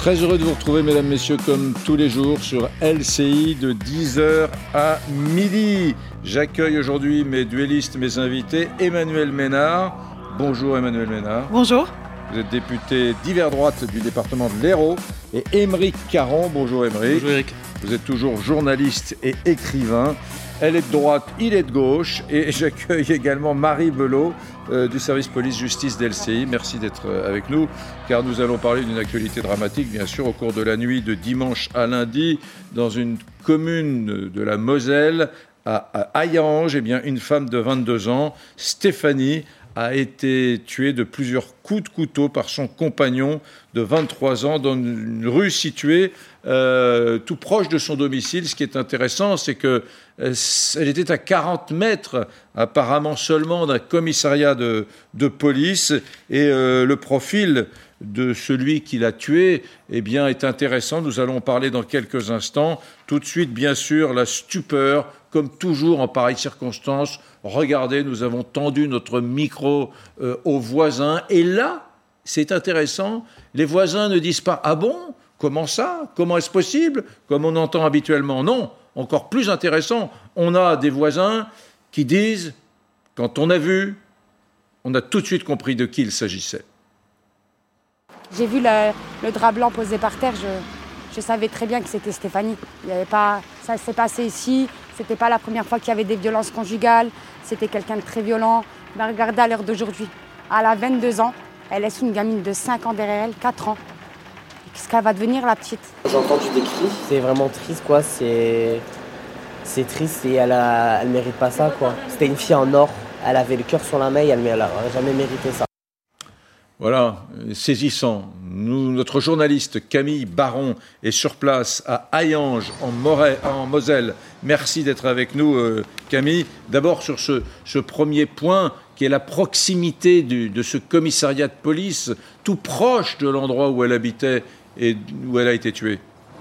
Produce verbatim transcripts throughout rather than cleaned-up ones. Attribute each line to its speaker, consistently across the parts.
Speaker 1: Très heureux de vous retrouver, mesdames, messieurs, comme tous les jours sur L C I de dix heures à midi. J'accueille aujourd'hui mes duellistes, mes invités. Emmanuelle Ménard. Bonjour Emmanuelle Ménard.
Speaker 2: Bonjour.
Speaker 1: Vous êtes député d'hiver droite du département de l'Hérault. Et Aymeric Caron. Bonjour Aymeric.
Speaker 3: Bonjour Eric.
Speaker 1: Vous êtes toujours journaliste et écrivain. Elle est de droite, il est de gauche. Et j'accueille également Marie Belot euh, du service police-justice d'L C I. Merci d'être euh, avec nous, car nous allons parler d'une actualité dramatique, bien sûr, au cours de la nuit de dimanche à lundi, dans une commune de la Moselle, à, à Hayange. Eh bien, une femme de vingt-deux ans, Stéphanie, a été tuée de plusieurs coups de couteau par son compagnon de vingt-trois ans dans une rue située euh, tout proche de son domicile. Ce qui est intéressant, c'est qu'elle euh, était à quarante mètres, apparemment seulement, d'un commissariat de, de police. Et euh, le profil de celui qui l'a tué eh bien, est intéressant. Nous allons en parler dans quelques instants. Tout de suite, bien sûr, la stupeur, comme toujours en pareilles circonstances. Regardez, nous avons tendu notre micro euh, aux voisins. Et là, c'est intéressant, les voisins ne disent pas « Ah bon ? Comment ça ? Comment est-ce possible ?» comme on entend habituellement. Non, encore plus intéressant, on a des voisins qui disent « Quand on a vu, on a tout de suite compris de qui il s'agissait. »
Speaker 4: J'ai vu le, le drap blanc posé par terre, je, je savais très bien que c'était Stéphanie. Il y avait pas, ça s'est passé ici, c'était pas la première fois qu'il y avait des violences conjugales, c'était quelqu'un de très violent. Ben regardez à l'heure d'aujourd'hui, elle a vingt-deux ans, elle laisse une gamine de cinq ans derrière elle, quatre ans. Qu'est-ce qu'elle va devenir, la petite ?
Speaker 5: J'ai entendu des cris, c'est vraiment triste quoi, c'est, c'est triste et elle, a... elle mérite pas ça quoi. C'était une fille en or, elle avait le cœur sur la main et elle n'a jamais mérité ça.
Speaker 1: Voilà, saisissant. Nous, notre journaliste Camille Baron est sur place à Hayange, en, Moret, en Moselle. Merci d'être avec nous, euh, Camille. D'abord sur ce, ce premier point, qui est la proximité du, de ce commissariat de police, tout proche de l'endroit où elle habitait et où elle a été tuée.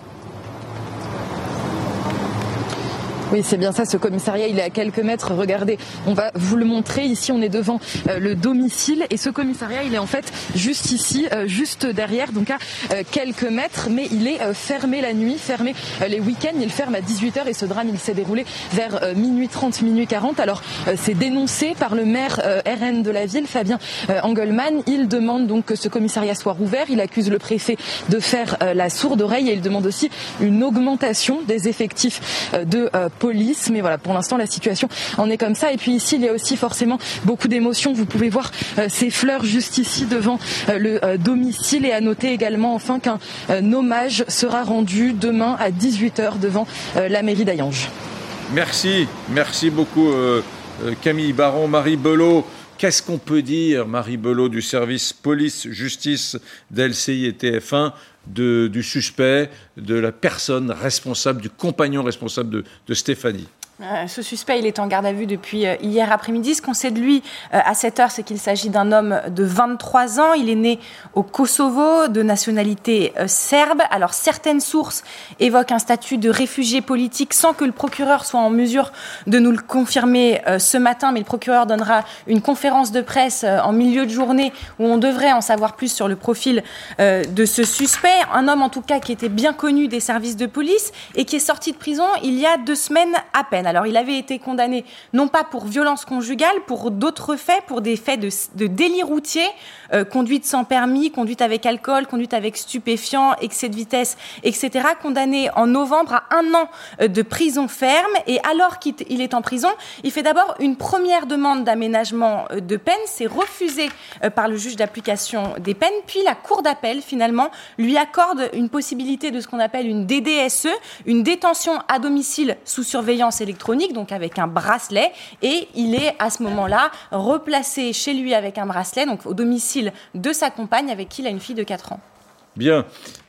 Speaker 2: Oui, c'est bien ça, ce commissariat, il est à quelques mètres. Regardez, on va vous le montrer. Ici, on est devant euh, le domicile. Et ce commissariat, il est en fait juste ici, euh, juste derrière, donc à euh, quelques mètres. Mais il est euh, fermé la nuit, fermé euh, les week-ends. Il ferme à dix-huit heures et ce drame, il s'est déroulé vers euh, minuit trente, minuit quarante. Alors, euh, c'est dénoncé par le maire euh, R N de la ville, Fabien euh, Engelmann. Il demande donc que ce commissariat soit rouvert. Il accuse le préfet de faire euh, la sourde oreille et il demande aussi une augmentation des effectifs euh, de euh, police, mais voilà, pour l'instant la situation en est comme ça. Et puis ici il y a aussi forcément beaucoup d'émotions. Vous pouvez voir euh, ces fleurs juste ici devant euh, le euh, domicile, et à noter également enfin qu'un euh, hommage sera rendu demain à dix-huit heures devant euh, la mairie d'Hayange.
Speaker 1: Merci, merci beaucoup euh, Camille Baron. Marie Belot, qu'est-ce qu'on peut dire, Marie Belot, du service police-justice d'L C I et T F un, de, du suspect, de la personne responsable, du compagnon responsable de, de Stéphanie?
Speaker 6: Euh, ce suspect, il est en garde à vue depuis euh, hier après-midi. Ce qu'on sait de lui euh, à cette heure, c'est qu'il s'agit d'un homme de vingt-trois ans. Il est né au Kosovo, de nationalité euh, serbe. Alors, certaines sources évoquent un statut de réfugié politique sans que le procureur soit en mesure de nous le confirmer euh, ce matin. Mais le procureur donnera une conférence de presse euh, en milieu de journée où on devrait en savoir plus sur le profil euh, de ce suspect. Un homme, en tout cas, qui était bien connu des services de police et qui est sorti de prison il y a deux semaines à peine. Alors, il avait été condamné, non pas pour violence conjugale, pour d'autres faits, pour des faits de, de délit routier, euh, conduite sans permis, conduite avec alcool, conduite avec stupéfiants, excès de vitesse, et cetera. Condamné en novembre à un an de prison ferme. Et alors qu'il est en prison, il fait d'abord une première demande d'aménagement de peine. C'est refusé par le juge d'application des peines. Puis la cour d'appel, finalement, lui accorde une possibilité de ce qu'on appelle une D D S E, une détention à domicile sous surveillance électronique, donc avec un bracelet, et il est à ce moment-là replacé chez lui avec un bracelet, donc au domicile de sa compagne avec qui il a une fille de quatre ans.
Speaker 1: Bien.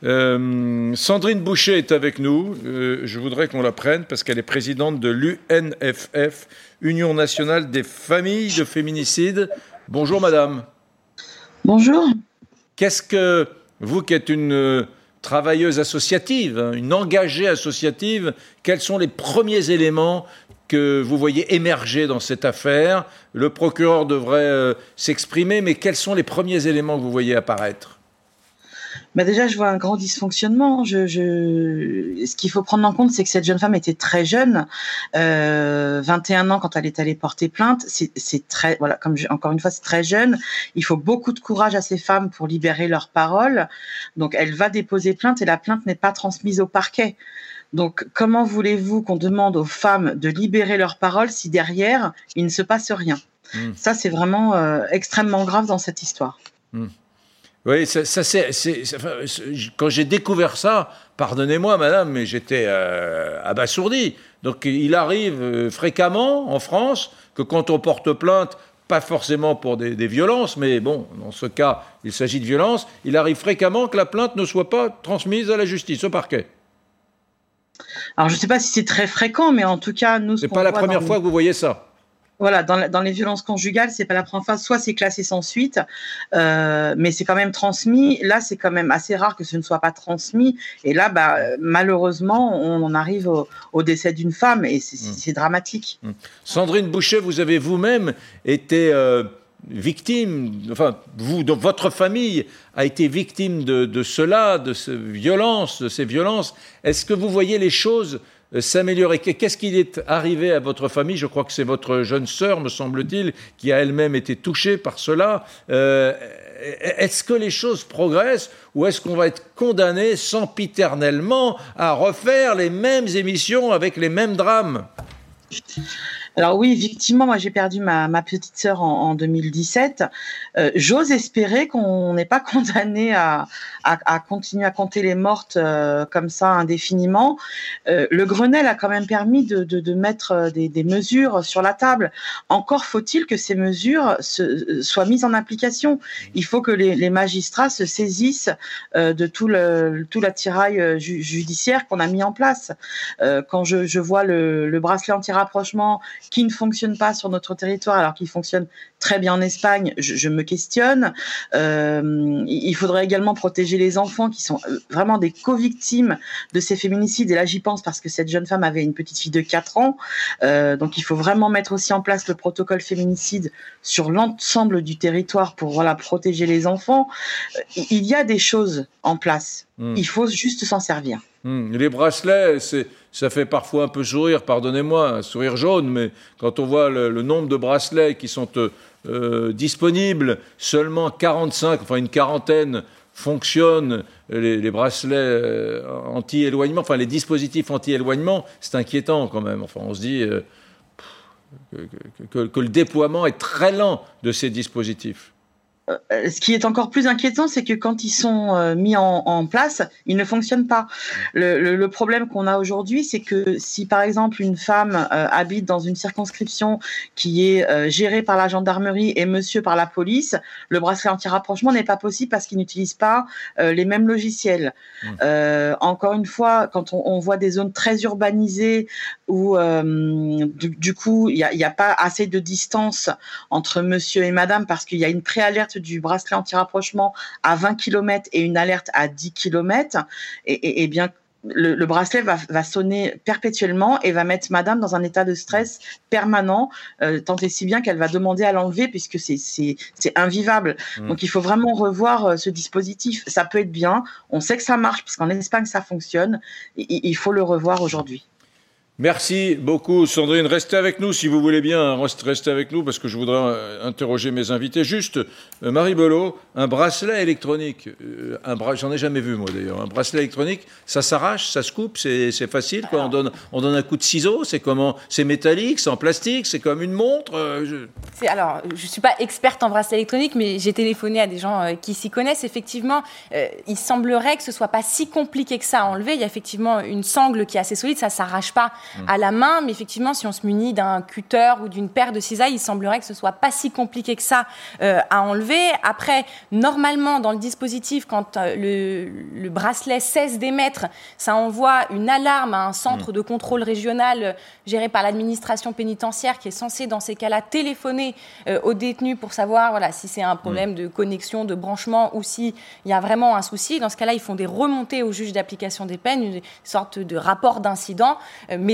Speaker 1: Euh, Sandrine Boucher est avec nous. Euh, je voudrais qu'on la prenne parce qu'elle est présidente de l'U N F F, Union nationale des familles de féminicides. Bonjour madame.
Speaker 7: Bonjour.
Speaker 1: Qu'est-ce que vous qui êtes une euh, travailleuse associative, une engagée associative, quels sont les premiers éléments que vous voyez émerger dans cette affaire? Le procureur devrait euh, s'exprimer, mais quels sont les premiers éléments que vous voyez apparaître?
Speaker 3: Bah déjà, je vois un grand dysfonctionnement. Je, je... Ce qu'il faut prendre en compte, c'est que cette jeune femme était très jeune, euh, vingt et un ans quand elle est allée porter plainte. C'est, c'est très, voilà, comme je, encore une fois, c'est très jeune. Il faut beaucoup de courage à ces femmes pour libérer leurs paroles. Donc, elle va déposer plainte et la plainte n'est pas transmise au parquet. Donc, comment voulez-vous qu'on demande aux femmes de libérer leurs paroles si derrière il ne se passe rien? Mmh. Ça, c'est vraiment euh, extrêmement grave dans cette histoire.
Speaker 1: Mmh. Oui, ça, ça c'est, c'est, c'est, enfin, quand j'ai découvert ça, pardonnez-moi madame, mais j'étais euh, abasourdi. Donc il arrive euh, fréquemment en France que quand on porte plainte, pas forcément pour des, des violences, mais bon, dans ce cas, il s'agit de violences, il arrive fréquemment que la plainte ne soit pas transmise à la justice, au parquet.
Speaker 3: Alors je ne sais pas si c'est très fréquent, mais en tout cas, nous...
Speaker 1: C'est pas la première fois que vous voyez ça.
Speaker 3: Voilà, dans, la, dans les violences conjugales, c'est pas la première fois. Soit c'est classé sans suite, euh, mais c'est quand même transmis. Là, c'est quand même assez rare que ce ne soit pas transmis. Et là, bah, malheureusement, on en arrive au, au décès d'une femme et c'est, mmh. c'est dramatique.
Speaker 1: Mmh. Sandrine Boucher, vous avez vous-même été euh, victime, enfin, vous, dans votre famille a été victime de, de cela, de ces violences, de ces violences. Est-ce que vous voyez les choses s'améliorer? Qu'est-ce qui est arrivé à votre famille? Je crois que c'est votre jeune sœur, me semble-t-il, qui a elle-même été touchée par cela. Euh, est-ce que les choses progressent ou est-ce qu'on va être condamné sempiternellement à refaire les mêmes émissions avec les mêmes drames?
Speaker 3: Alors oui, effectivement, moi j'ai perdu ma, ma petite sœur en, en deux mille dix-sept. Euh, j'ose espérer qu'on n'est pas condamné à, à, à continuer à compter les mortes euh, comme ça indéfiniment. Euh, le Grenelle a quand même permis de, de, de mettre des, des mesures sur la table. Encore faut-il que ces mesures se, soient mises en application. Il faut que les, les magistrats se saisissent euh, de tout, le, tout l'attirail ju, judiciaire qu'on a mis en place. Euh, quand je, je vois le, le bracelet anti-rapprochement qui ne fonctionne pas sur notre territoire alors qu'il fonctionne très bien en Espagne, je, je me questionne. Euh, il faudrait également protéger les enfants qui sont vraiment des co-victimes de ces féminicides. Et là, j'y pense parce que cette jeune femme avait une petite fille de quatre ans. Euh, donc, il faut vraiment mettre aussi en place le protocole féminicide sur l'ensemble du territoire pour voilà, protéger les enfants. Il y a des choses en place. Mmh. Il faut juste s'en servir.
Speaker 1: Mmh. Les bracelets, c'est, ça fait parfois un peu sourire, pardonnez-moi, un sourire jaune, mais quand on voit le, le nombre de bracelets qui sont euh, euh, disponibles, seulement quarante-cinq, enfin une quarantaine fonctionnent, les, les bracelets euh, anti-éloignement, enfin les dispositifs anti-éloignement, c'est inquiétant quand même. Enfin, on se dit euh, que, que, que le déploiement est très lent de ces dispositifs.
Speaker 3: Ce qui est encore plus inquiétant, c'est que quand ils sont euh, mis en, en place, ils ne fonctionnent pas. Le, le, le problème qu'on a aujourd'hui, c'est que si par exemple une femme euh, habite dans une circonscription qui est euh, gérée par la gendarmerie et monsieur par la police, le bracelet anti-rapprochement n'est pas possible parce qu'ils n'utilisent pas euh, les mêmes logiciels. Mmh. Euh, encore une fois, quand on, on voit des zones très urbanisées où euh, du, du coup il n'y a, y a pas assez de distance entre monsieur et madame parce qu'il y a une préalerte du bracelet anti-rapprochement à vingt kilomètres et une alerte à dix kilomètres, et, et, et bien le, le bracelet va, va sonner perpétuellement et va mettre madame dans un état de stress permanent, euh, tant et si bien qu'elle va demander à l'enlever puisque c'est, c'est, c'est invivable. Mmh. Donc il faut vraiment revoir euh, ce dispositif. Ça peut être bien, on sait que ça marche puisqu'en Espagne ça fonctionne, et, il faut le revoir aujourd'hui.
Speaker 1: Merci beaucoup Sandrine, restez avec nous si vous voulez bien, restez avec nous parce que je voudrais interroger mes invités. Juste, euh, Marie Belot, un bracelet électronique, euh, un bra... j'en ai jamais vu moi d'ailleurs, un bracelet électronique, ça s'arrache, ça se coupe, c'est, c'est facile quoi, on donne, on donne un coup de ciseau, c'est comment, c'est métallique, c'est en plastique, c'est comme une montre euh, je...
Speaker 6: c'est, alors, je ne suis pas experte en bracelet électronique, mais j'ai téléphoné à des gens euh, qui s'y connaissent, effectivement, euh, il semblerait que ce ne soit pas si compliqué que ça à enlever, il y a effectivement une sangle qui est assez solide, ça ne s'arrache pas à la main, mais effectivement, si on se munit d'un cutter ou d'une paire de cisailles, il semblerait que ce soit pas si compliqué que ça euh, à enlever. Après, normalement, dans le dispositif, quand euh, le, le bracelet cesse d'émettre, ça envoie une alarme à un centre mmh. de contrôle régional euh, géré par l'administration pénitentiaire qui est censé, dans ces cas-là, téléphoner euh, aux détenus pour savoir voilà, si c'est un problème mmh. de connexion, de branchement ou s'il y a vraiment un souci. Dans ce cas-là, ils font des remontées au juge d'application des peines, une sorte de rapport d'incident, euh, mais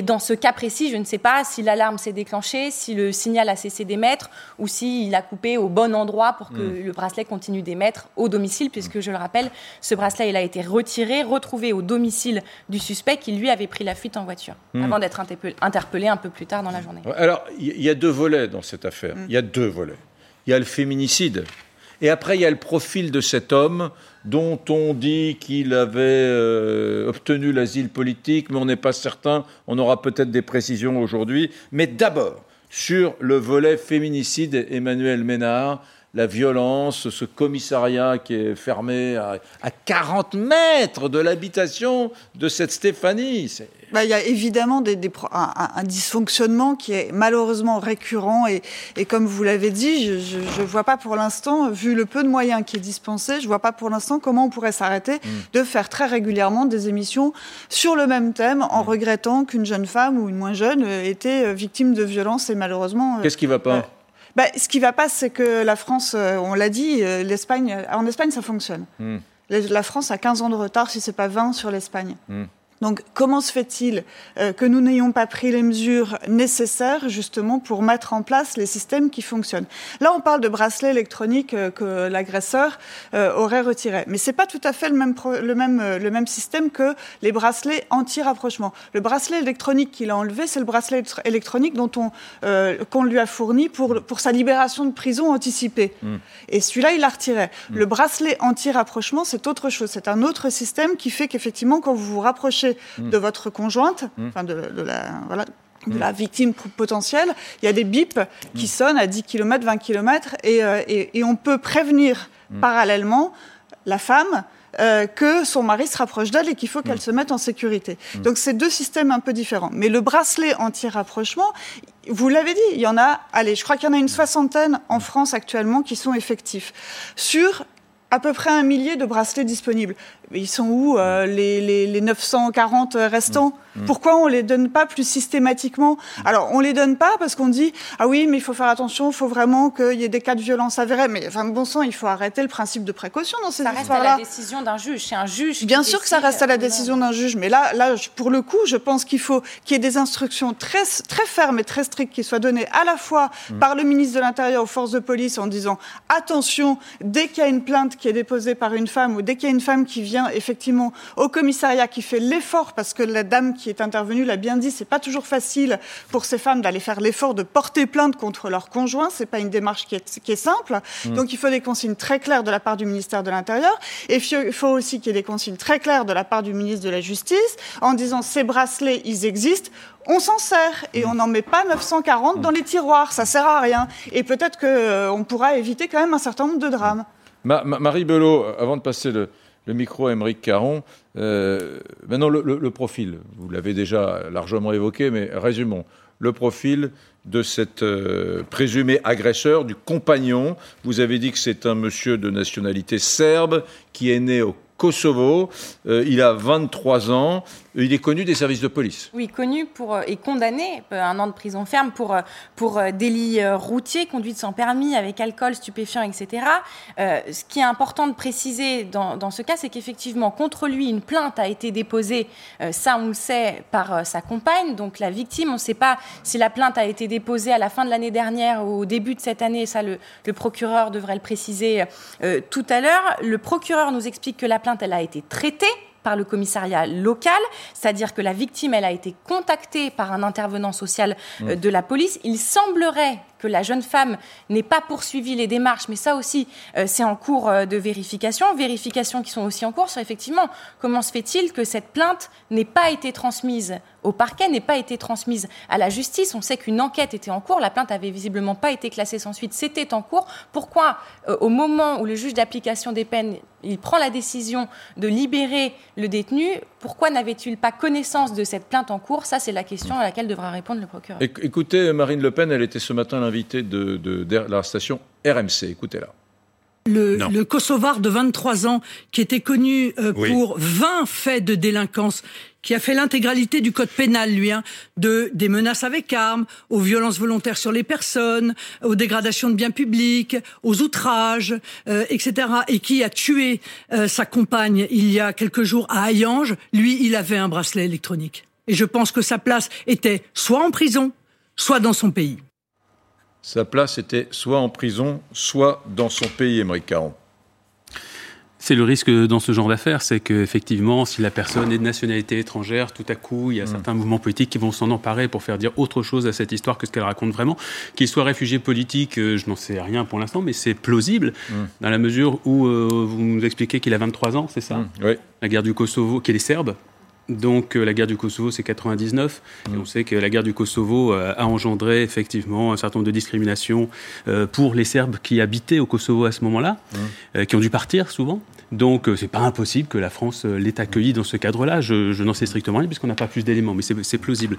Speaker 6: dans ce cas précis, je ne sais pas si l'alarme s'est déclenchée, si le signal a cessé d'émettre ou s'il a coupé au bon endroit pour que mmh. le bracelet continue d'émettre au domicile, puisque je le rappelle, ce bracelet il a été retiré, retrouvé au domicile du suspect qui lui avait pris la fuite en voiture, mmh. avant d'être interpellé un peu plus tard dans la journée.
Speaker 1: Alors, il y a deux volets dans cette affaire. Il mmh. y a deux volets. Il y a le féminicide. Et après, il y a le profil de cet homme dont on dit qu'il avait euh, obtenu l'asile politique, mais on n'est pas certain. On aura peut-être des précisions aujourd'hui. Mais d'abord, sur le volet féminicide, Emmanuelle Ménard, la violence, ce commissariat qui est fermé à, à quarante mètres de l'habitation de cette Stéphanie. C'est...
Speaker 7: Bah, il y a évidemment des, des, un, un dysfonctionnement qui est malheureusement récurrent et, et comme vous l'avez dit, je ne vois pas pour l'instant, vu le peu de moyens qui est dispensé, je ne vois pas pour l'instant comment on pourrait s'arrêter mmh. de faire très régulièrement des émissions sur le même thème en mmh. regrettant qu'une jeune femme ou une moins jeune était victime de violences et malheureusement...
Speaker 1: Qu'est-ce qui ne va pas euh,
Speaker 7: Bah, ce qui ne va pas, c'est que la France, on l'a dit, l'Espagne, en Espagne, ça fonctionne. Mm. La France a quinze ans de retard, si ce n'est pas vingt, sur l'Espagne. Mm. Donc, comment se fait-il euh, que nous n'ayons pas pris les mesures nécessaires, justement, pour mettre en place les systèmes qui fonctionnent ? Là, on parle de bracelet électronique euh, que l'agresseur euh, aurait retiré. Mais ce n'est pas tout à fait le même, pro- le, même, euh, le même système que les bracelets anti-rapprochement. Le bracelet électronique qu'il a enlevé, c'est le bracelet électronique dont on, euh, qu'on lui a fourni pour, pour sa libération de prison anticipée. Mmh. Et celui-là, il l'a retiré. Mmh. Le bracelet anti-rapprochement, c'est autre chose. C'est un autre système qui fait qu'effectivement, quand vous vous rapprochez de votre conjointe, mmh. enfin de, de, la, voilà, de mmh. la victime potentielle, il y a des bips mmh. qui sonnent à dix kilomètres, vingt kilomètres, et, euh, et, et on peut prévenir mmh. parallèlement la femme euh, que son mari se rapproche d'elle et qu'il faut qu'elle mmh. se mette en sécurité. Mmh. Donc c'est deux systèmes un peu différents. Mais le bracelet anti-rapprochement, vous l'avez dit, il y en a, allez, je crois qu'il y en a une soixantaine en France actuellement qui sont effectifs. Sur à peu près un millier de bracelets disponibles. Ils sont où euh, les, les, les neuf cent quarante restants ? Mmh. Pourquoi on ne les donne pas plus systématiquement ? Alors, on ne les donne pas parce qu'on dit « Ah oui, mais il faut faire attention, il faut vraiment qu'il y ait des cas de violence avérés. » Mais enfin, bon sang, il faut arrêter le principe de précaution dans ces histoires-là.
Speaker 6: Ça reste à la décision d'un juge. C'est un juge
Speaker 7: Bien sûr que ça reste à la décision d'un juge. Mais là, là, pour le coup, je pense qu'il faut qu'il y ait des instructions très, très fermes et très strictes qui soient données à la fois mmh. par le ministre de l'Intérieur aux forces de police en disant « Attention, dès qu'il y a une plainte qui est déposée par une femme ou dès qu'il y a une femme qui vient effectivement au commissariat, qui fait l'effort, parce que la dame qui est intervenue l'a bien dit, c'est pas toujours facile pour ces femmes d'aller faire l'effort de porter plainte contre leur conjoint, c'est pas une démarche qui est, qui est simple, mmh. donc il faut des consignes très claires de la part du ministère de l'Intérieur, et il faut aussi qu'il y ait des consignes très claires de la part du ministre de la Justice, en disant ces bracelets, ils existent, on s'en sert et on n'en met pas neuf cent quarante dans les tiroirs, ça sert à rien, et peut-être qu'on euh, pourra éviter quand même un certain nombre de drames.
Speaker 1: Ma, ma, Marie Belot, avant de passer le, le micro à Aymeric Caron, euh, maintenant le, le, le profil, vous l'avez déjà largement évoqué, mais résumons. Le profil de cet euh, présumé agresseur, du compagnon. Vous avez dit que c'est un monsieur de nationalité serbe qui est né au Kosovo, euh, il a vingt-trois ans, il est connu des services de police.
Speaker 6: Oui, connu pour, et condamné à un an de prison ferme pour, pour délit routier, conduite sans permis, avec alcool, stupéfiant, et cetera. Euh, ce qui est important de préciser dans, dans ce cas, c'est qu'effectivement, contre lui, une plainte a été déposée, euh, ça on le sait, par euh, sa compagne, donc la victime. On ne sait pas si la plainte a été déposée à la fin de l'année dernière ou au début de cette année, ça le, le procureur devrait le préciser euh, tout à l'heure. Le procureur nous explique que la plainte, elle a été traitée par le commissariat local, c'est-à-dire que la victime, elle a été contactée par un intervenant social euh, de la police. Il semblerait que la jeune femme n'ait pas poursuivi les démarches, mais ça aussi, euh, c'est en cours euh, de vérification. Vérifications qui sont aussi en cours sur, effectivement, comment se fait-il que cette plainte n'ait pas été transmise au parquet, n'ait pas été transmise à la justice. On sait qu'une enquête était en cours, la plainte avait visiblement pas été classée sans suite, c'était en cours. Pourquoi, euh, au moment où le juge d'application des peines, il prend la décision de libérer le détenu, pourquoi n'avait-il pas connaissance de cette plainte en cours ? Ça, c'est la question à laquelle devra répondre le procureur.
Speaker 1: Écoutez, Marine Le Pen, elle était ce matin l'invitée de, de, de la station R M C. Écoutez-la.
Speaker 8: Le, le Kosovar de vingt-trois ans, qui était connu euh, oui. pour vingt faits de délinquance, qui a fait l'intégralité du code pénal, lui, hein, de des menaces avec armes, aux violences volontaires sur les personnes, aux dégradations de biens publics, aux outrages, euh, et cetera, et qui a tué euh, sa compagne il y a quelques jours à Hayange. Lui, il avait un bracelet électronique. Et je pense que sa place était soit en prison, soit dans son pays.
Speaker 1: Sa place était soit en prison, soit dans son pays, Aymeric Caron.
Speaker 9: C'est le risque dans ce genre d'affaires, c'est qu'effectivement, si la personne est de nationalité étrangère, tout à coup, il y a mmh. certains mouvements politiques qui vont s'en emparer pour faire dire autre chose à cette histoire que ce qu'elle raconte vraiment. Qu'il soit réfugié politique, euh, je n'en sais rien pour l'instant, mais c'est plausible, mmh. dans la mesure où euh, vous nous expliquez qu'il a vingt-trois ans, c'est ça ?
Speaker 1: mmh. Oui.
Speaker 9: La guerre du Kosovo, qu'il est serbe. Donc euh, la guerre du Kosovo, c'est quatre-vingt-dix-neuf, mmh. et on sait que la guerre du Kosovo euh, a engendré effectivement un certain nombre de discriminations euh, pour les Serbes qui habitaient au Kosovo à ce moment-là, mmh. euh, qui ont dû partir souvent. Donc euh, c'est pas impossible que la France euh, l'ait accueilli dans ce cadre-là. Je, je n'en sais strictement rien puisqu'on n'a pas plus d'éléments, mais c'est, c'est plausible.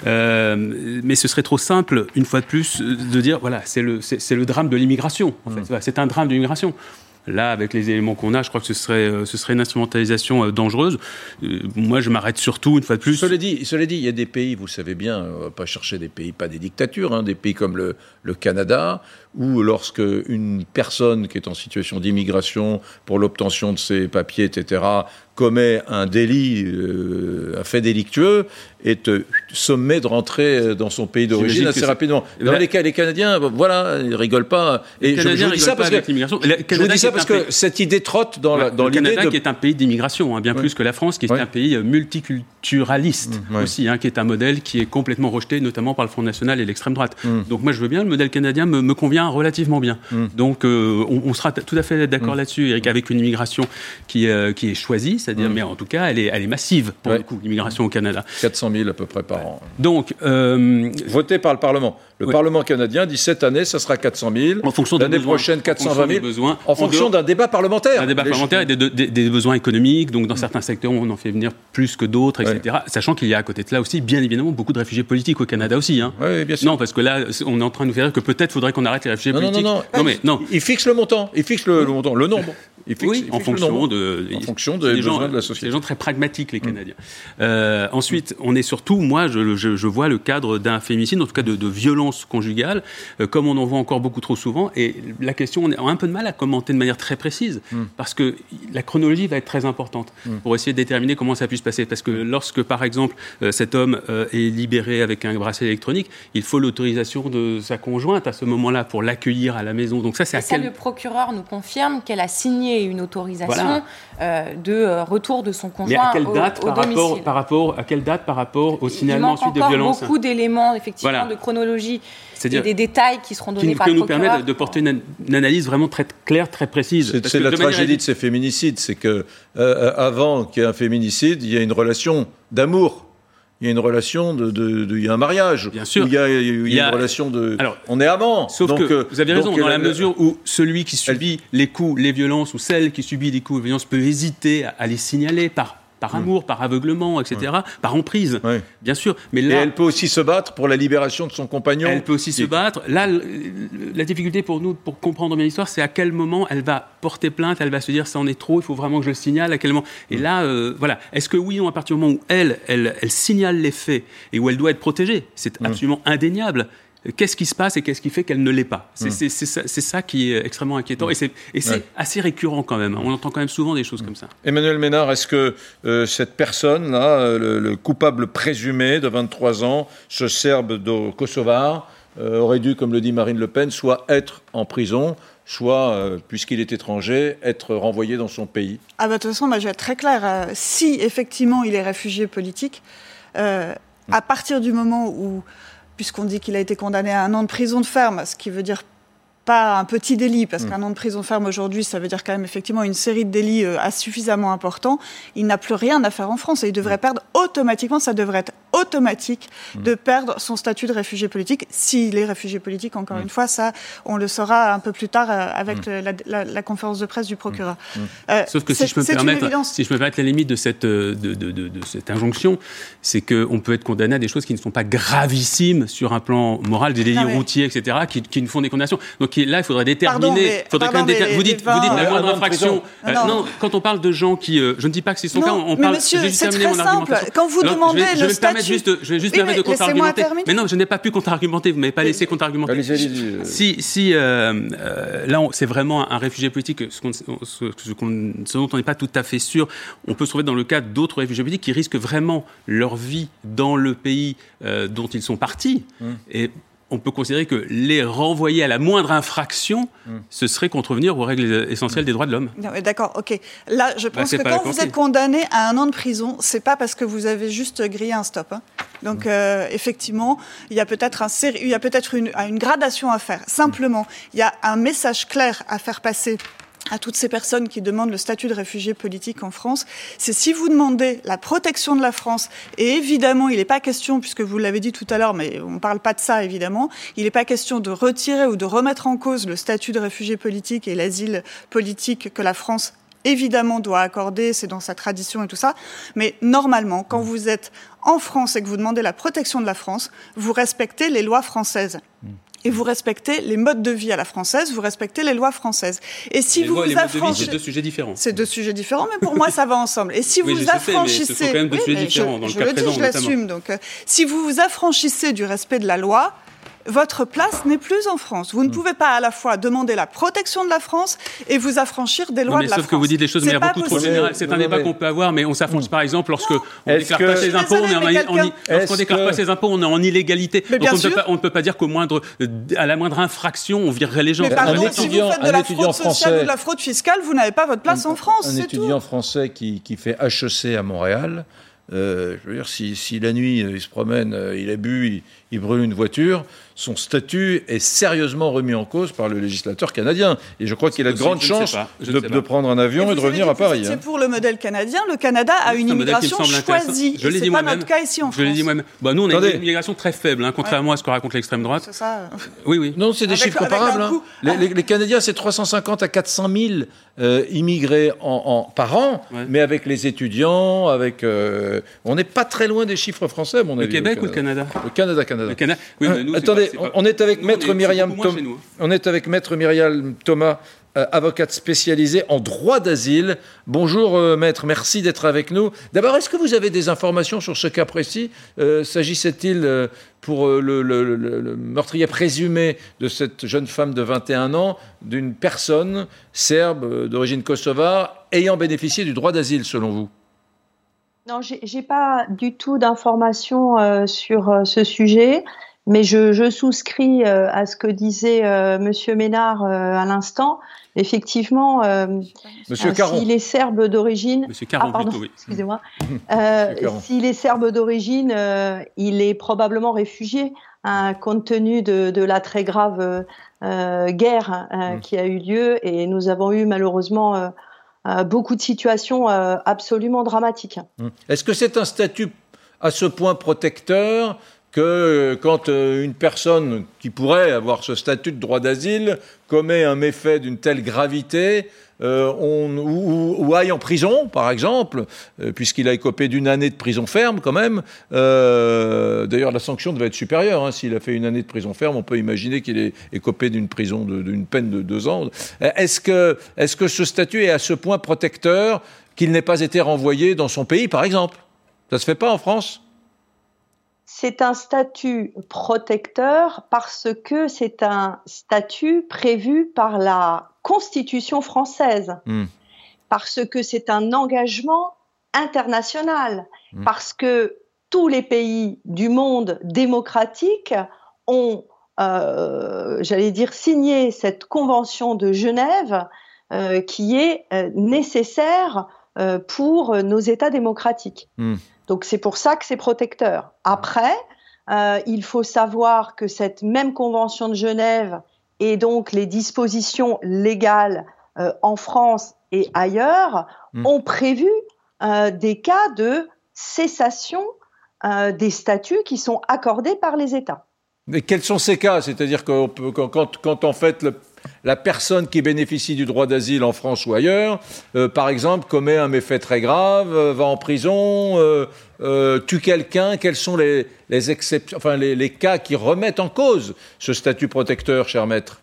Speaker 9: Euh, mais ce serait trop simple, une fois de plus, de dire voilà, c'est le, c'est, c'est le drame de l'immigration. En fait. Mmh. C'est un drame de l'immigration. Là, avec les éléments qu'on a, je crois que ce serait, ce serait une instrumentalisation euh, dangereuse. Euh, moi, je m'arrête surtout, une fois de plus...
Speaker 1: Cela dit, cela dit, il y a des pays, vous le savez bien, on ne va pas chercher des pays, pas des dictatures, hein, des pays comme le, le Canada, où lorsque une personne qui est en situation d'immigration pour l'obtention de ses papiers, et cetera, commet un délit, euh, un fait délictueux, est euh, sommé de rentrer dans son pays d'origine J'imagine assez rapidement. Dans là, les cas, les Canadiens, voilà, ils rigolent pas. Et je, je vous dis ça parce que je vous dis ça parce que pays... cette idée trotte dans, ouais, la, dans
Speaker 9: le
Speaker 1: l'idée
Speaker 9: Canada
Speaker 1: de...
Speaker 9: qui est un pays d'immigration, hein, bien ouais. plus que la France, qui est ouais. un pays multiculturaliste mmh, ouais. aussi, hein, qui est un modèle qui est complètement rejeté, notamment par le Front National et l'extrême droite. Mmh. Donc moi, je veux bien, le modèle canadien me, me convient relativement bien. Mmh. Donc euh, on, on sera t- tout à fait d'accord mmh. là-dessus, Eric, avec une immigration qui, euh, qui est choisie. C'est-à-dire, mmh. mais en tout cas, elle est, elle est massive, pour ouais. le coup, l'immigration au Canada.
Speaker 1: quatre cent mille à peu près par an.
Speaker 9: Donc, euh,
Speaker 1: voté par le Parlement. Le ouais. Parlement canadien dit cette année, ça sera quatre cent mille.
Speaker 9: En fonction
Speaker 1: L'année
Speaker 9: besoins,
Speaker 1: prochaine, quatre cent vingt mille.
Speaker 9: Besoins,
Speaker 1: en fonction d'un débat parlementaire.
Speaker 9: Un débat Les parlementaire ch- et des, des, des besoins économiques. Donc, dans mmh. certains secteurs, on en fait venir plus que d'autres, et cetera. Ouais. Sachant qu'il y a à côté de là aussi, bien évidemment, beaucoup de réfugiés politiques au Canada aussi. Hein.
Speaker 1: Oui, bien sûr.
Speaker 9: Non, parce que là, on est en train de nous faire dire que peut-être faudrait qu'on arrête les réfugiés
Speaker 1: non,
Speaker 9: politiques.
Speaker 1: Non, non, non.
Speaker 9: non, mais, non.
Speaker 1: Il fixe le montant. Il fixe le, le montant, le nombre. Il fixe,
Speaker 9: oui,
Speaker 1: il fixe
Speaker 9: en, fonction de,
Speaker 1: en fonction des besoins gens, de la société.
Speaker 9: C'est des gens très pragmatiques, les Canadiens. Mmh. Euh, ensuite, on est surtout, moi, je, je, je vois le cadre d'un féminicide, en tout cas de, de violence conjugale, euh, comme on en voit encore beaucoup trop souvent. Et la question, on a un peu de mal à commenter de manière très précise, mmh. parce que la chronologie va être très importante mmh. pour essayer de déterminer comment ça puisse passer. Parce que lorsque, par exemple, euh, cet homme euh, est libéré avec un bracelet électronique, il faut l'autorisation de sa conjointe à ce moment-là pour l'accueillir à la maison. Donc ça, c'est
Speaker 6: Et
Speaker 9: à
Speaker 6: ça,
Speaker 9: quel...
Speaker 6: le procureur nous confirme qu'elle a signé une autorisation
Speaker 9: voilà.
Speaker 6: euh, de euh, retour de son conjoint.
Speaker 9: Mais à quelle date
Speaker 6: au, au
Speaker 9: par,
Speaker 6: domicile.
Speaker 9: rapport, par rapport à quelle date par rapport au signalement ensuite de violence?
Speaker 6: Il manque encore beaucoup d'éléments, effectivement,
Speaker 9: voilà.
Speaker 6: de chronologie,
Speaker 9: C'est-à-dire,
Speaker 6: et des détails qui seront donnés
Speaker 9: qui,
Speaker 6: par
Speaker 9: qui
Speaker 6: le
Speaker 9: procureur. Qui nous permettent de, de porter une, une analyse vraiment très claire, très précise.
Speaker 1: C'est, c'est la de tragédie manière... de ces féminicides, c'est que euh, avant qu'il y ait un féminicide, il y a une relation d'amour. Il y a une relation de, de, de il y a un mariage.
Speaker 9: Bien sûr.
Speaker 1: Il y a, il y a, il y a une relation de. Alors, on est amants.
Speaker 9: Sauf
Speaker 1: donc,
Speaker 9: que vous avez raison
Speaker 1: donc,
Speaker 9: dans la
Speaker 1: elle,
Speaker 9: mesure où celui qui subit elle... les coups, les violences, ou celle qui subit les coups, les violences peut hésiter à, à les signaler par. Par amour, mmh. par aveuglement, et cetera, mmh. par emprise, oui. bien sûr. Mais là,
Speaker 1: et elle peut aussi se battre pour la libération de son compagnon.
Speaker 9: Elle peut aussi se battre. Là, la difficulté pour nous, pour comprendre bien l'histoire, c'est à quel moment elle va porter plainte, elle va se dire ça en est trop, il faut vraiment que je le signale. À quel moment Et mmh. là, euh, voilà. Est-ce que oui ou non, à partir du moment où elle, elle, elle signale les faits et où elle doit être protégée, c'est mmh. absolument indéniable. Qu'est-ce qui se passe et qu'est-ce qui fait qu'elle ne l'est pas c'est, mmh. c'est, c'est, ça, c'est ça qui est extrêmement inquiétant. Mmh. Et c'est, et c'est ouais. assez récurrent quand même. On entend quand même souvent des choses mmh. comme ça.
Speaker 1: Emmanuel Ménard, est-ce que euh, cette personne-là, le, le coupable présumé de vingt-trois ans, ce Serbe de Kosovar, euh, aurait dû, comme le dit Marine Le Pen, soit être en prison, soit, euh, puisqu'il est étranger, être renvoyé dans son pays? Ah
Speaker 7: bah, de toute façon, moi, je vais être très claire. Euh, si, effectivement, il est réfugié politique, euh, mmh. à partir du moment où... puisqu'on dit qu'il a été condamné à un an de prison de ferme, ce qui veut dire pas un petit délit, parce mmh. qu'un an de prison de ferme aujourd'hui, ça veut dire quand même effectivement une série de délits euh, suffisamment importants, il n'a plus rien à faire en France et il devrait mmh. perdre automatiquement, ça devrait être automatique mmh. de perdre son statut de réfugié politique, s'il est réfugié politique, encore mmh. une fois, ça, on le saura un peu plus tard euh, avec mmh. le, la, la, la conférence de presse du procureur.
Speaker 9: Mmh. Euh, Sauf que si je, peux me permettre, si je peux me permettre la limite de cette, de, de, de, de cette injonction, c'est qu'on peut être condamné à des choses qui ne sont pas gravissimes sur un plan moral, des délits routiers, et cetera, qui, qui nous font des condamnations. Donc là, il faudrait déterminer. Pardon, mais, faudrait pardon, quand même déter... vous, dites, vous dites la moindre infraction. Euh, non. non, quand on parle de gens qui. Euh, je ne dis pas que c'est son
Speaker 7: non,
Speaker 9: cas, on
Speaker 7: mais
Speaker 9: parle.
Speaker 7: Monsieur, c'est très simple. Quand vous Alors, demandez vais, le statut
Speaker 9: permettre juste de, je vais juste oui, permettre de contre-argumenter. Mais non, je n'ai pas pu contre-argumenter. Vous m'avez pas laissé contre-argumenter.
Speaker 1: Allez, allez, allez.
Speaker 9: Si, si euh, euh, là, on, c'est vraiment un réfugié politique, ce, qu'on, ce, ce, qu'on, ce dont on n'est pas tout à fait sûr. On peut se trouver dans le cas d'autres réfugiés politiques qui risquent vraiment leur vie dans le pays euh, dont ils sont partis. Hum. Et on peut considérer que les renvoyer à la moindre infraction, mmh. ce serait contrevenir aux règles essentielles mmh. des droits de l'homme.
Speaker 7: Non, mais d'accord, ok. Là, je pense bah, que quand vous êtes condamné à un an de prison, c'est pas parce que vous avez juste grillé un stop. Hein. Donc, mmh. euh, effectivement, il y a peut-être, un séri- il y a peut-être une, une gradation à faire. Simplement, mmh. il y a un message clair à faire passer à toutes ces personnes qui demandent le statut de réfugié politique en France, c'est si vous demandez la protection de la France, et évidemment, il n'est pas question, puisque vous l'avez dit tout à l'heure, mais on ne parle pas de ça, évidemment, il n'est pas question de retirer ou de remettre en cause le statut de réfugié politique et l'asile politique que la France, évidemment, doit accorder, c'est dans sa tradition et tout ça, mais normalement, quand vous êtes en France et que vous demandez la protection de la France, vous respectez les lois françaises. Et vous respectez les modes de vie à la française, vous respectez les lois françaises. Et si
Speaker 9: les
Speaker 7: vous
Speaker 9: lois,
Speaker 7: vous
Speaker 9: les
Speaker 7: affranchissez...
Speaker 9: modes de vie, c'est deux sujets différents.
Speaker 7: C'est deux sujets différents, mais pour moi, ça va ensemble. Et si
Speaker 9: oui,
Speaker 7: vous
Speaker 9: je
Speaker 7: affranchissez...
Speaker 9: Sais, mais ce sont quand même deux oui, sujets différents,
Speaker 7: je,
Speaker 9: dans le
Speaker 7: je
Speaker 9: cas
Speaker 7: le
Speaker 9: présent,
Speaker 7: dis, je l'assume. Donc, euh, si vous vous affranchissez du respect de la loi, votre place n'est plus en France. Vous ne pouvez pas à la fois demander la protection de la France et vous affranchir des lois
Speaker 9: non, mais
Speaker 7: de la
Speaker 9: sauf
Speaker 7: France.
Speaker 9: Sauf que vous dites des choses de manière beaucoup trop générale. C'est un débat qu'on peut avoir, mais on s'affranchit par exemple lorsque non. on ne déclare pas ses impôts, on est en, en, lorsqu'on déclare pas ses impôts, on est en illégalité. Donc on ne, peut pas, on ne peut pas dire qu'au moindre, à la moindre infraction, on virerait les gens.
Speaker 7: Mais pardon,
Speaker 1: un
Speaker 7: si
Speaker 1: étudiant,
Speaker 7: vous faites de la fraude sociale ou de la fraude fiscale, vous n'avez pas votre place
Speaker 1: un,
Speaker 7: en France.
Speaker 1: Un
Speaker 7: c'est
Speaker 1: étudiant
Speaker 7: tout.
Speaker 1: français qui, qui fait H E C à Montréal. Euh, je veux dire, si, si la nuit il se promène, il a bu, il, il brûle une voiture, son statut est sérieusement remis en cause par le législateur canadien. Et je crois qu'il a de grandes chances de, de prendre un avion et, et de revenir à Paris.
Speaker 7: C'est
Speaker 1: hein.
Speaker 7: pour le modèle canadien. Le Canada a une immigration choisie.
Speaker 9: Je l'ai dit
Speaker 7: moi-même.
Speaker 9: C'est pas notre
Speaker 7: cas ici en France.
Speaker 9: Je l'ai dit moi-même. Bah, nous, on a Attendez. une immigration très faible, hein, contrairement ouais. à ce que raconte l'extrême droite.
Speaker 7: C'est ça.
Speaker 9: Oui, oui.
Speaker 1: Non, c'est des avec, chiffres comparables. Hein. Les, les, les Canadiens, c'est trois cent cinquante à quatre cent mille euh, immigrés en, en, par an, ouais. mais avec les étudiants, avec, euh, on n'est pas très loin des chiffres français, à mon avis.
Speaker 9: Le Québec ou le Canada ?
Speaker 1: Le Canada, Canada.
Speaker 9: Le Canada. Oui, mais nous,
Speaker 1: attendez,
Speaker 9: c'est pas, c'est
Speaker 1: on est avec
Speaker 9: nous,
Speaker 1: Maître
Speaker 9: on est,
Speaker 1: Myriam Thomas. On est avec Maître Myriam Thomas, euh, avocate spécialisée en droit d'asile. Bonjour euh, Maître, merci d'être avec nous. D'abord, est-ce que vous avez des informations sur ce cas précis ? euh, S'agissait-il euh, pour euh, le, le, le, le meurtrier présumé de cette jeune femme de vingt et un ans d'une personne serbe euh, d'origine kosovare ayant bénéficié du droit d'asile, selon vous ?
Speaker 10: Non, j'ai, j'ai pas du tout d'informations euh, sur euh, ce sujet, mais je, je souscris euh, à ce que disait euh, Monsieur Ménard euh, à l'instant. Effectivement, euh,
Speaker 1: Monsieur
Speaker 10: euh, s'il est serbe d'origine,
Speaker 9: Monsieur Caron,
Speaker 10: ah pardon,
Speaker 9: plutôt, oui.
Speaker 10: excusez-moi, euh, s'il est serbe d'origine, euh, il est probablement réfugié, hein, compte tenu de, de la très grave euh, guerre euh, mmh. qui a eu lieu, et nous avons eu malheureusement euh, Euh, beaucoup de situations euh, absolument dramatiques.
Speaker 1: Est-ce que c'est un statut à ce point protecteur que euh, quand euh, une personne qui pourrait avoir ce statut de droit d'asile commet un méfait d'une telle gravité, euh, on, ou, ou aille en prison, par exemple, euh, puisqu'il a écopé d'une année de prison ferme quand même. Euh, d'ailleurs, la sanction devait être supérieure. Hein, s'il a fait une année de prison ferme, on peut imaginer qu'il ait écopé d'une prison, de, d'une peine de deux ans. Est-ce que, est-ce que ce statut est à ce point protecteur qu'il n'ait pas été renvoyé dans son pays, par exemple ? Ça se fait pas en France ?
Speaker 10: C'est un statut protecteur parce que c'est un statut prévu par la Constitution française, mmh. parce que c'est un engagement international, mmh. parce que tous les pays du monde démocratique ont, euh, j'allais dire, signé cette convention de Genève euh, qui est euh, nécessaire euh, pour nos États démocratiques. Mmh. Donc c'est pour ça que c'est protecteur. Après, euh, il faut savoir que cette même convention de Genève et donc les dispositions légales euh, en France et ailleurs mmh. ont prévu euh, des cas de cessation euh, des statuts qui sont accordés par les États.
Speaker 1: Mais quels sont ces cas ? C'est-à-dire que quand, quand, quand en fait le, la personne qui bénéficie du droit d'asile en France ou ailleurs, euh, par exemple, commet un méfait très grave, euh, va en prison, euh, euh, tue quelqu'un, quels sont les, les exceptions, enfin les, les cas qui remettent en cause ce statut protecteur, cher maître ?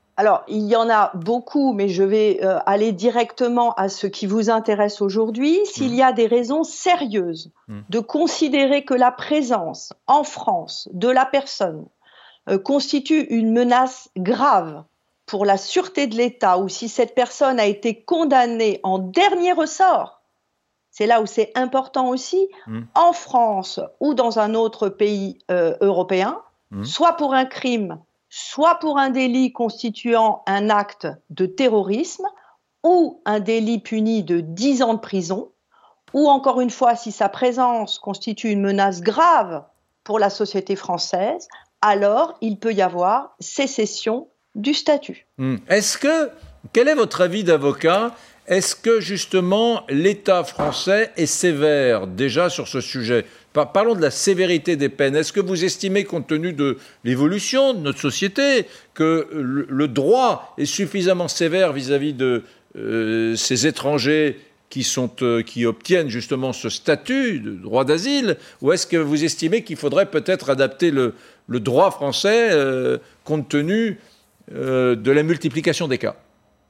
Speaker 10: Alors, il y en a beaucoup, mais je vais euh, aller directement à ce qui vous intéresse aujourd'hui. S'il y a des raisons sérieuses de considérer que la présence en France de la personne euh, constitue une menace grave pour la sûreté de l'État, ou si cette personne a été condamnée en dernier ressort, c'est là où c'est important aussi, mmh. en France ou dans un autre pays euh, européen, mmh. soit pour un crime, soit pour un délit constituant un acte de terrorisme ou un délit puni de dix ans de prison, ou encore une fois, si sa présence constitue une menace grave pour la société française, alors il peut y avoir sécession du statut.
Speaker 1: Mmh. Est-ce que, quel est votre avis d'avocat ? Est-ce que justement l'État français est sévère déjà sur ce sujet ? Parlons de la sévérité des peines. Est-ce que vous estimez, compte tenu de l'évolution de notre société, que le droit est suffisamment sévère vis-à-vis de euh, ces étrangers qui, sont, euh, qui obtiennent justement ce statut de droit d'asile ? Ou est-ce que vous estimez qu'il faudrait peut-être adapter le, le droit français euh, compte tenu euh, de la multiplication des cas ?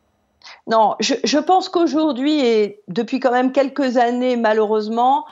Speaker 10: Non, je, je pense qu'aujourd'hui, et depuis quand même quelques années, malheureusement,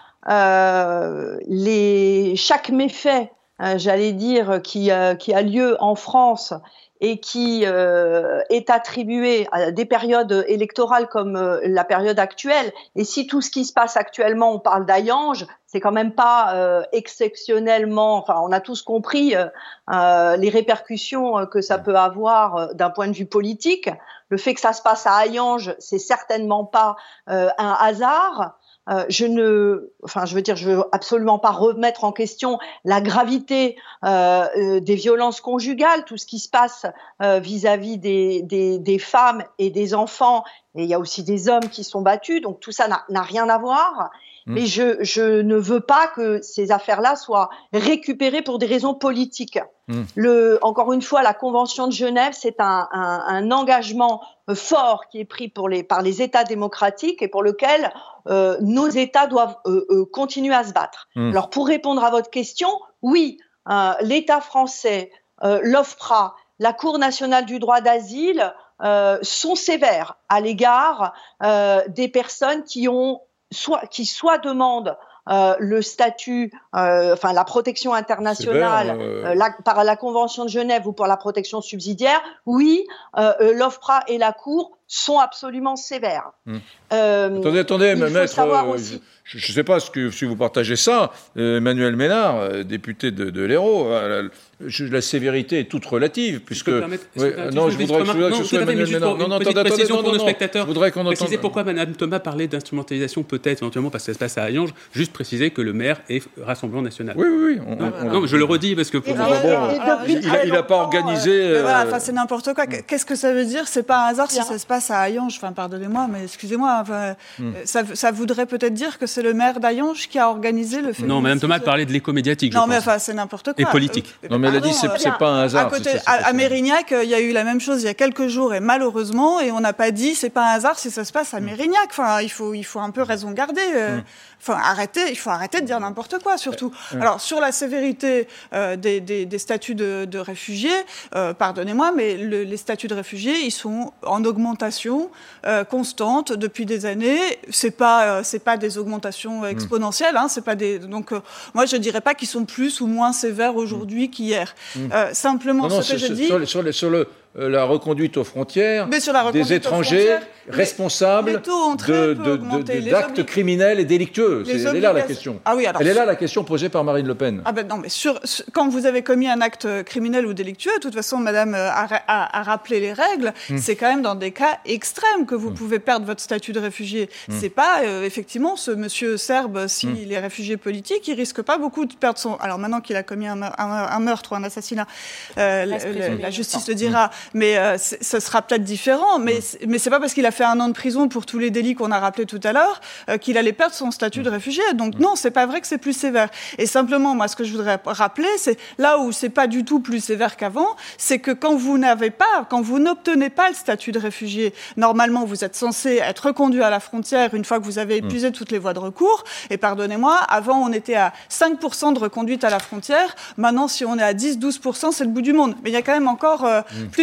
Speaker 10: euh, les, chaque méfait, euh, j'allais dire, qui, euh, qui a lieu en France et qui euh, est attribué à des périodes électorales comme euh, la période actuelle, et si tout ce qui se passe actuellement, on parle d'Hayange, c'est quand même pas euh, exceptionnellement, enfin on a tous compris euh, euh, les répercussions que ça peut avoir euh, d'un point de vue politique. Le fait que ça se passe à Hayange, c'est certainement pas euh, un hasard. Euh, je ne, enfin, je veux dire, je veux absolument pas remettre en question la gravité euh, euh, des violences conjugales, tout ce qui se passe euh, vis-à-vis des, des, des femmes et des enfants. Et il y a aussi des hommes qui sont battus, donc tout ça n'a, n'a rien à voir. Mmh. Mais je, je ne veux pas que ces affaires-là soient récupérées pour des raisons politiques. Mmh. Le, encore une fois, la Convention de Genève, c'est un, un, un engagement fort qui est pris pour les, par les États démocratiques et pour lequel euh, nos États doivent euh, euh, continuer à se battre. Mmh. Alors, pour répondre à votre question, oui, euh, l'État français, euh, l'OFPRA, la Cour nationale du droit d'asile euh, sont sévères à l'égard euh, des personnes qui ont soit qui soit demandent euh, le statut, euh, enfin la protection internationale euh... Euh, la, par la Convention de Genève ou pour la protection subsidiaire, oui, euh, l'OFPRA et la Cour sont absolument sévères.
Speaker 1: Mmh. Euh, attendez, attendez, maître, euh,
Speaker 10: aussi...
Speaker 1: je ne sais pas ce que, si vous partagez ça, euh, Emmanuel Ménard, euh, député de, de l'Hérault, euh, la, la sévérité est toute relative, puisque...
Speaker 9: Ouais, non,
Speaker 1: je voudrais que,
Speaker 9: non,
Speaker 1: que ce soit Emmanuel Ménard. Non, non, attendez, attendez, non, non, non, je voudrais qu'on entende...
Speaker 9: Préciser pourquoi Mme Thomas parlait d'instrumentalisation, peut-être, éventuellement, parce que ça se passe à Hayange, juste préciser que le maire est Rassemblement National.
Speaker 1: Oui, oui, oui. On,
Speaker 9: non,
Speaker 1: on,
Speaker 9: non, je le redis, parce que... Pour
Speaker 1: bon, il n'a pas organisé...
Speaker 7: Euh... Voilà, enfin, c'est n'importe quoi. Qu'est-ce que ça veut dire ? C'est pas un hasard si ça se passe à Hayange. Enfin, pardonnez-moi, mais excusez-moi. Enfin, mm. ça, ça voudrait peut-être dire que c'est le maire d'Hayange qui a organisé le féminicide.
Speaker 9: Non, Mme Thomas parlait de l'écho médiatique, je
Speaker 7: non,
Speaker 9: pense.
Speaker 7: mais enfin, c'est n'importe quoi.
Speaker 9: Et politique.
Speaker 7: Euh,
Speaker 1: non, mais elle a dit c'est, c'est pas un hasard.
Speaker 7: À, côté, c'est, c'est à, à Mérignac, il y a eu la même chose il y a quelques jours, et malheureusement, et on n'a pas dit c'est pas un hasard si ça se passe à Mérignac. Enfin, il faut, il faut un peu raison garder. Euh, mm. Enfin, arrêtez, il faut arrêter de dire n'importe quoi, surtout. Ouais. Alors, sur la sévérité euh, des, des, des statuts de, de réfugiés, euh, pardonnez-moi, mais le, les statuts de réfugiés, ils sont en augmentation euh, constante depuis des années. C'est pas, euh, c'est pas des augmentations exponentielles. Hein, c'est pas des. Donc, euh, moi, je dirais pas qu'ils sont plus ou moins sévères aujourd'hui mmh. qu'hier. Mmh. Euh, simplement, non, non, ce que je dis.
Speaker 1: Sur, sur, le, sur le la reconduite aux frontières des étrangers responsables de, de, de, de, d'actes obli- criminels et délictueux. C'est, elle est là la question.
Speaker 7: Ah oui, alors,
Speaker 1: elle est là la question posée par Marine Le Pen.
Speaker 7: Ah ben non, mais sur, sur, quand vous avez commis un acte criminel ou délictueux, de toute façon, Madame a, a, a rappelé les règles. Hum. C'est quand même dans des cas extrêmes que vous hum. pouvez perdre votre statut de réfugié. Hum. C'est pas euh, effectivement ce monsieur serbe, s'il hum. est réfugié politique, il risque pas beaucoup de perdre son. Alors maintenant qu'il a commis un, un, un meurtre ou un assassinat, euh, la, la, la justice le dira. Hum. Mais euh, ce sera peut-être différent. Mais, mmh. mais c'est pas parce qu'il a fait un an de prison pour tous les délits qu'on a rappelés tout à l'heure euh, qu'il allait perdre son statut mmh. de réfugié. Donc mmh. non, c'est pas vrai que c'est plus sévère. Et simplement, moi, ce que je voudrais rappeler, c'est là où c'est pas du tout plus sévère qu'avant, c'est que quand vous n'avez pas, quand vous n'obtenez pas le statut de réfugié, normalement, vous êtes censé être reconduit à la frontière une fois que vous avez épuisé mmh. toutes les voies de recours. Et pardonnez-moi, avant, on était à cinq pour cent de reconduite à la frontière. Maintenant, si on est à dix à douze pour cent, c'est le bout du monde. Mais il y a quand même encore euh, mmh. plus de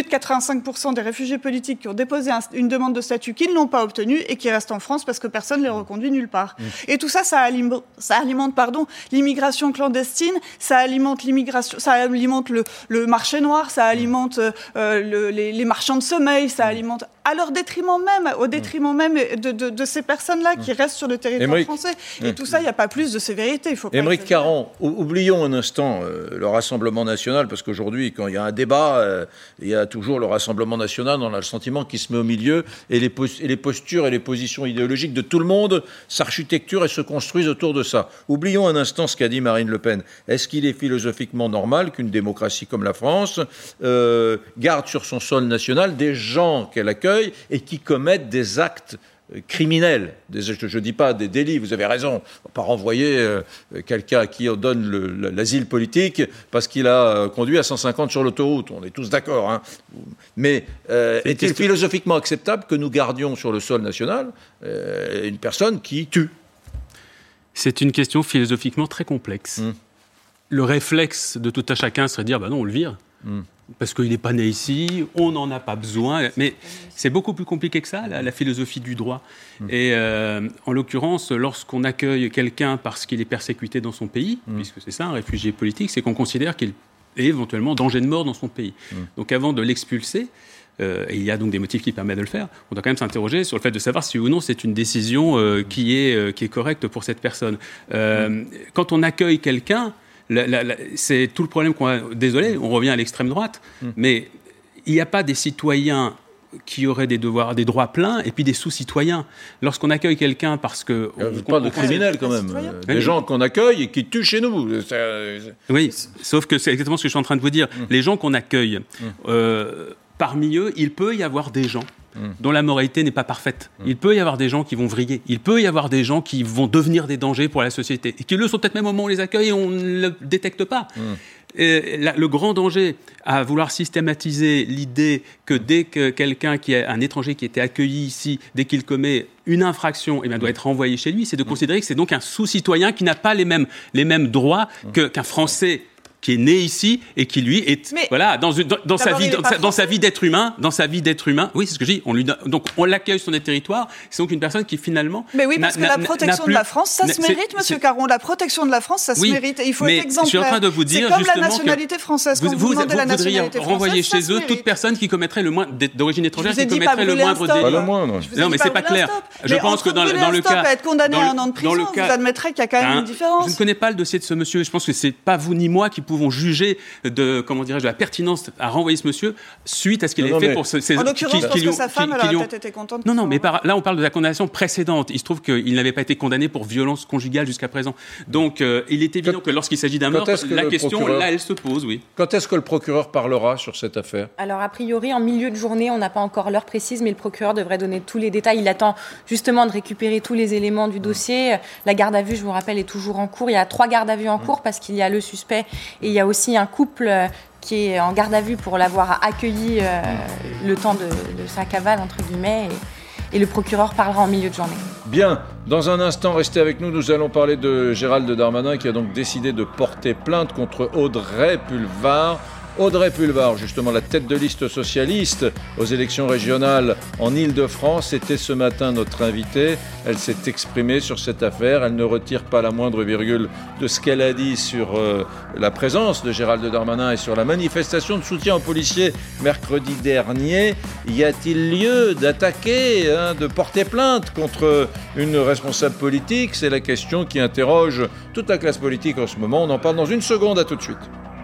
Speaker 7: de quatre-vingt-cinq pour cent des réfugiés politiques qui ont déposé un, une demande de statut qui ne l'ont pas obtenue et qui restent en France parce que personne ne les reconduit nulle part. Mmh. Et tout ça, ça alimente, ça alimente pardon, l'immigration clandestine, ça alimente, l'immigration, ça alimente le, le marché noir, ça alimente euh, le, les, les marchands de sommeil, ça alimente à leur détriment même, au détriment même de, de, de ces personnes-là qui restent sur le territoire Émeric, français. Et mmh. tout ça, il n'y a pas plus de sévérité. Il faut pas
Speaker 1: Émeric Caron, oublions un instant euh, le Rassemblement national, parce qu'aujourd'hui, quand il y a un débat, euh, il y a toujours le Rassemblement national, on a le sentiment qu'il se met au milieu, et les, pos- et les postures et les positions idéologiques de tout le monde s'architecturent et se construisent autour de ça. Oublions un instant ce qu'a dit Marine Le Pen. Est-ce qu'il est philosophiquement normal qu'une démocratie comme la France euh, garde sur son sol national des gens qu'elle accueille et qui commettent des actes criminels, des, je ne dis pas des délits, vous avez raison, on ne va pas renvoyer euh, quelqu'un à qui on donne le, l'asile politique parce qu'il a conduit à cent cinquante sur l'autoroute, on est tous d'accord, hein. Mais euh, est-il question... philosophiquement acceptable que nous gardions sur le sol national euh, une personne qui tue ?
Speaker 9: C'est une question philosophiquement très complexe. Mmh. Le réflexe de tout un chacun serait de dire, bah non, on le vire. Mmh. Parce qu'il n'est pas né ici, on n'en a pas besoin. Mais c'est beaucoup plus compliqué que ça, la, la philosophie du droit. Mmh. Et euh, en l'occurrence, lorsqu'on accueille quelqu'un parce qu'il est persécuté dans son pays, mmh. puisque c'est ça, un réfugié politique, c'est qu'on considère qu'il est éventuellement en danger de mort dans son pays. Mmh. Donc avant de l'expulser, euh, et il y a donc des motifs qui permettent de le faire, on doit quand même s'interroger sur le fait de savoir si ou non c'est une décision euh, qui, est, euh, qui est correcte pour cette personne. Euh, mmh. Quand on accueille quelqu'un, La, la, la, c'est tout le problème qu'on a. Désolé, on revient à l'extrême droite, mmh. mais il n'y a pas des citoyens qui auraient des devoirs, des droits pleins, et puis des sous-citoyens. Lorsqu'on accueille quelqu'un parce que...
Speaker 1: On ne parle de criminels quand même, euh, des oui. gens qu'on accueille et qui tuent chez nous. C'est, c'est...
Speaker 9: Oui, sauf que c'est exactement ce que je suis en train de vous dire. Mmh. Les gens qu'on accueille, mmh. euh, parmi eux, il peut y avoir des gens dont la moralité n'est pas parfaite. Il peut y avoir des gens qui vont vriller. Il peut y avoir des gens qui vont devenir des dangers pour la société. Et qui le sont peut-être même au moment où on les accueille et on ne le détecte pas. Mm. Et la, le grand danger à vouloir systématiser l'idée que dès que quelqu'un, qui est un étranger qui était accueilli ici, dès qu'il commet une infraction, eh bien, doit être renvoyé chez lui, c'est de mm. considérer que c'est donc un sous-citoyen qui n'a pas les mêmes, les mêmes droits mm. que, qu'un Français qui est né ici et qui lui est mais voilà dans, une, dans, dans sa vie dans, dans sa vie d'être humain dans sa vie d'être humain oui c'est ce que je dis on lui donne, donc on l'accueille sur notre territoire, c'est donc une personne qui finalement
Speaker 7: mais oui parce que la protection plus, de la France ça se mérite c'est, monsieur c'est... Caron, la protection de la France ça se oui, mérite et il faut être exemplaire.
Speaker 9: Je suis en train de vous dire
Speaker 7: c'est comme la nationalité française
Speaker 9: vous,
Speaker 7: quand
Speaker 9: vous,
Speaker 7: vous demandez
Speaker 9: vous,
Speaker 7: la
Speaker 9: vous
Speaker 7: nationalité
Speaker 9: française renvoyer chez eux toute personne qui commettrait le moins d'origine étrangère qui commettrait le moindre délit. Non mais c'est pas clair. Je pense que dans le cas
Speaker 7: être condamné à un an de prison vous admettrez qu'il y a quand même une différence.
Speaker 9: Je ne connais pas le dossier de ce monsieur, je pense que c'est pas vous ni moi qui pouvons juger de, comment dirais-je, de la pertinence à renvoyer ce monsieur suite à ce qu'il
Speaker 7: non,
Speaker 9: avait fait pour ce,
Speaker 7: ces... En l'occurrence, parce que sa femme, elle aurait peut-être été contente.
Speaker 9: Non, non, mais par, là, on parle de la condamnation précédente. Il se trouve qu'il n'avait pas été condamné pour violence conjugale jusqu'à présent. Donc, euh, il est évident que lorsqu'il s'agit d'un meurtre, la question, procureur... là, elle se pose, oui.
Speaker 1: Quand est-ce que le procureur parlera sur cette affaire ?
Speaker 6: Alors, a priori, en milieu de journée, on n'a pas encore l'heure précise, mais le procureur devrait donner tous les détails. Il attend justement de récupérer tous les éléments du dossier. La garde à vue, je vous rappelle, est toujours en cours. Il y a trois gardes à vue en cours parce qu'il y a le suspect et il y a aussi un couple qui est en garde à vue pour l'avoir accueilli euh, le temps de, de sa cavale, entre guillemets, et, et le procureur parlera en milieu de journée.
Speaker 1: Bien, dans un instant, restez avec nous, nous allons parler de Gérald Darmanin qui a donc décidé de porter plainte contre Audrey Pulvar. Audrey Pulvar, justement la tête de liste socialiste aux élections régionales en Île-de-France, était ce matin notre invitée. Elle s'est exprimée sur cette affaire. Elle ne retire pas la moindre virgule de ce qu'elle a dit sur euh, la présence de Gérald Darmanin et sur la manifestation de soutien aux policiers mercredi dernier. Y a-t-il lieu d'attaquer, hein, de porter plainte contre une responsable politique ? C'est la question qui interroge toute la classe politique en ce moment. On en parle dans une seconde, à tout de suite.